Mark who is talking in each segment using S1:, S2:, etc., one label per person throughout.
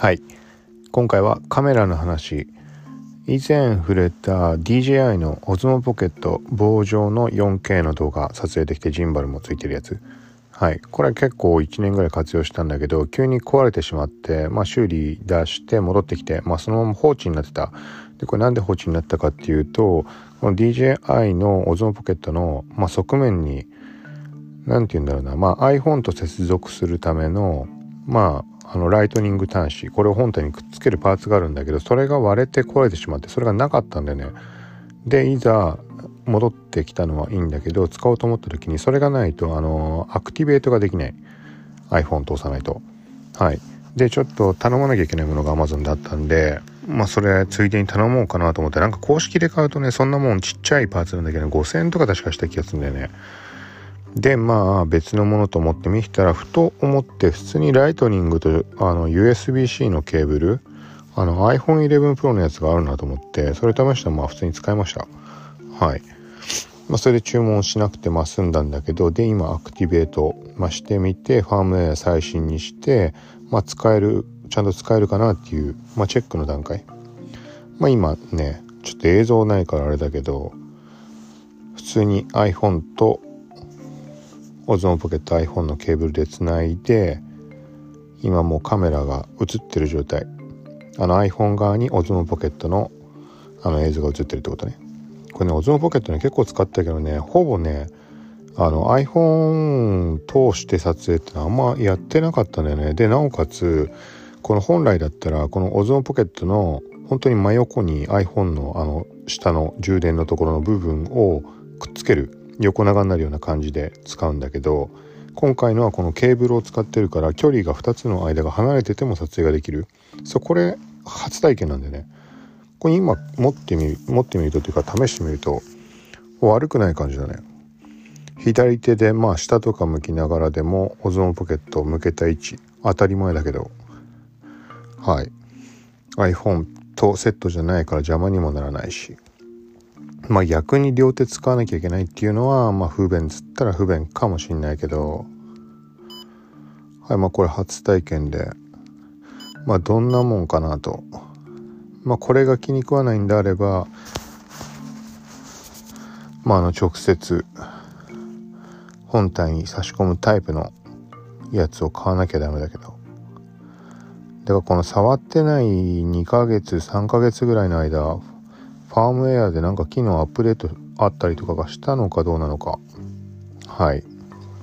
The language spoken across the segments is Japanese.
S1: はい、今回はカメラの話。以前触れた DJI の Osmo Pocket 棒状の 4K の動画撮影できてジンバルもついてるやつ。はい、これ結構1年ぐらい活用したんだけど、急に壊れてしまって、修理出して戻ってきて、そのまま放置になってた。で、これなんで放置になったかっていうと、この DJI の Osmo Pocket の、側面になんて言うんだろうな、iPhone と接続するためのライトニング端子、これを本体にくっつけるパーツがあるんだけど、それが割れて壊れてしまって、それがなかったんだよね。で、いざ戻ってきたのはいいんだけど、使おうと思った時にそれがないとアクティベートができない。 iPhone 通さないと。はい。で、ちょっと頼まなきゃいけないものが Amazon だったんで、それついでに頼もうかなと思って、なんか公式で買うとね、そんなもんちっちゃいパーツなんだけど5000円とか確かした気がするんだよね。で、別のものと思って見たら、ふと思って普通にライトニングとUSB-C のケーブル、iPhone 11 Pro のやつがあるなと思って、それ試したら普通に使いました。はい。それで注文しなくて済んだんだけど、で今アクティベート、してみて、ファームウェア最新にして、使える、ちゃんと使えるかなっていう、チェックの段階。今ね、ちょっと映像ないからあれだけど、普通に iPhone とOsmo Pocket iPhone のケーブルでつないで、今もうカメラが映ってる状態。iPhone 側に Osmo Pocket の映像が映ってるってことね。これね、Osmo Pocket ね、結構使ったけどね、ほぼね、iPhone 通して撮影ってのはあんまやってなかったんだよね。で、なおかつ、この本来だったら、この Osmo Pocket の本当に真横に iPhone の下の充電のところの部分をくっつける。横長になるような感じで使うんだけど、今回のはこのケーブルを使ってるから、距離が2つの間が離れてても撮影ができる。これ初体験なんだよね。これ今持ってみるとというか試してみると悪くない感じだね。左手で下とか向きながらでもOsmo Pocketを向けた位置、当たり前だけど、はい、 iPhone とセットじゃないから邪魔にもならないし、逆に両手使わなきゃいけないっていうのは不便つったら不便かもしれないけど、はい、これ初体験でどんなもんかなと。これが気に食わないんであれば直接本体に差し込むタイプのやつを買わなきゃダメだけど、だからこの触ってない2ヶ月3ヶ月ぐらいの間、ファームウェアでなんか機能アップデートあったりとかがしたのかどうなのか。はい。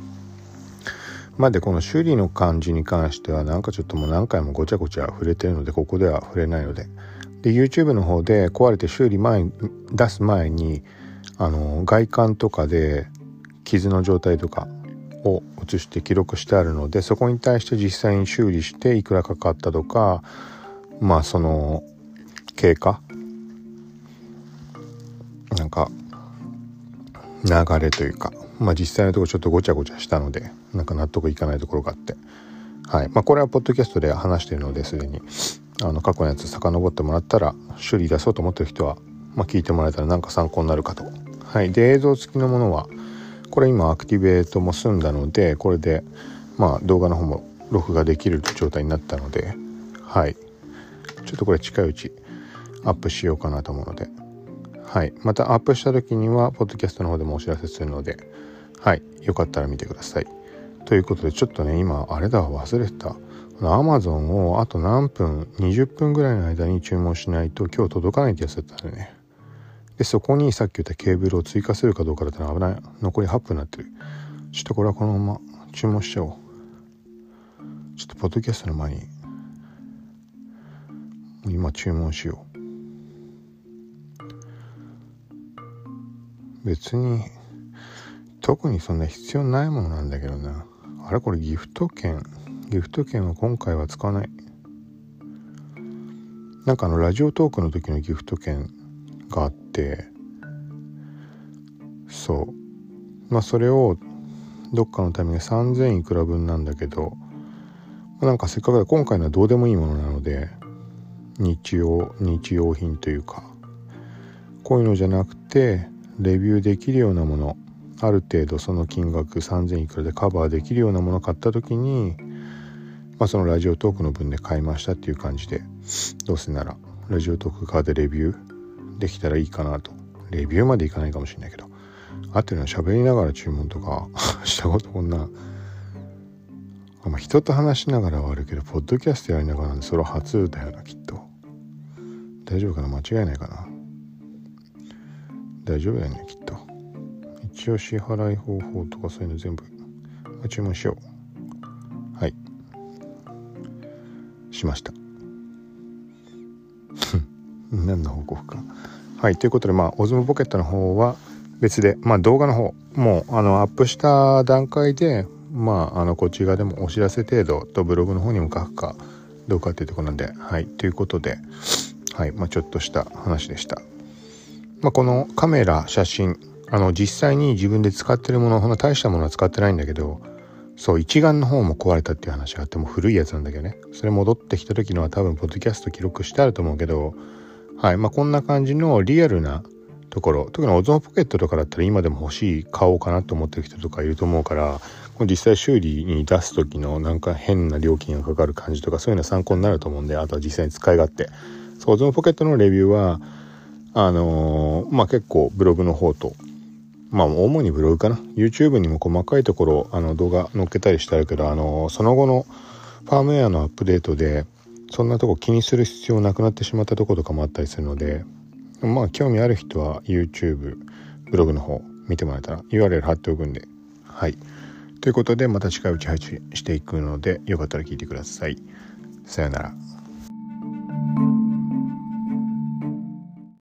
S1: でこの修理の感じに関してはなんかちょっともう何回もごちゃごちゃ触れてるので、ここでは触れないので、YouTube の方で壊れて修理出す前に外観とかで傷の状態とかを写して記録してあるので、そこに対して実際に修理していくらかかったとか、その経過、なんか流れというか、実際のところちょっとごちゃごちゃしたので、なんか納得いかないところがあって、はい。これはポッドキャストで話しているので、すでに過去のやつ遡ってもらったら、修理出そうと思ってる人は聞いてもらえたらなんか参考になるかと。はい。で、映像付きのものはこれ今アクティベートも済んだので、これで動画の方も録画できる状態になったので、はい。ちょっとこれ近いうちアップしようかなと思うので、はい。またアップした時にはポッドキャストの方でもお知らせするので、はい。よかったら見てください。ということで、ちょっとね、今あれだ、忘れてた。Amazon をあと何分、20分ぐらいの間に注文しないと今日届かないってやつだったんだよね。で、そこにさっき言ったケーブルを追加するかどうかだったら危ない。残り8分になってる。ちょっとこれはこのまま注文しちゃおう。ちょっとポッドキャストの前に今注文しよう。別に特にそんな必要ないものなんだけどな。あれ、これギフト券は今回は使わない。なんかラジオトークの時のギフト券があって、そう、それをどっかのタイミングで3000いくら分なんだけど、なんかせっかくだ、今回のはどうでもいいものなので、日用品というか、こういうのじゃなくてレビューできるようなもの、ある程度その金額3000いくらでカバーできるようなものを買った時に、 そのラジオトークの分で買いましたっていう感じで、どうせならラジオトーク側でレビューできたらいいかなと。レビューまでいかないかもしれないけど、あというのは喋りながら注文とかしたことこんな、人と話しながらはあるけど、ポッドキャストやりながらそれは初だよな、きっと。大丈夫かな、間違いないかな。大丈夫だよね、きっと。一応支払い方法とかそういうの全部注文しよう。はい、しました何の報告か。はい、ということでオズモポケットの方は別で、動画の方もうアップした段階でこっち側でもお知らせ程度とブログの方にも書くかどうかっていうところなんで、はい、ということで、はい、ちょっとした話でした。このカメラ、写真、実際に自分で使ってるもの、そんな大したものは使ってないんだけど、そう一眼の方も壊れたっていう話があって、も古いやつなんだけどね、それ戻ってきた時のは多分ポッドキャスト記録してあると思うけど、はい、こんな感じのリアルなところ、特にオズモポケットとかだったら今でも欲しい、買おうかなと思ってる人とかいると思うから、実際修理に出す時のなんか変な料金がかかる感じとか、そういうの参考になると思うんで、あとは実際に使い勝手、オズモポケットのレビューは結構ブログの方と、主にブログかな、 YouTube にも細かいところ動画載っけたりしてあるけど、その後のファームウェアのアップデートでそんなとこ気にする必要なくなってしまったところとかもあったりするので、興味ある人は YouTube ブログの方見てもらえたら URL 貼っておくんで、はい、ということでまた近いうち配信していくので、よかったら聞いてください。さよなら。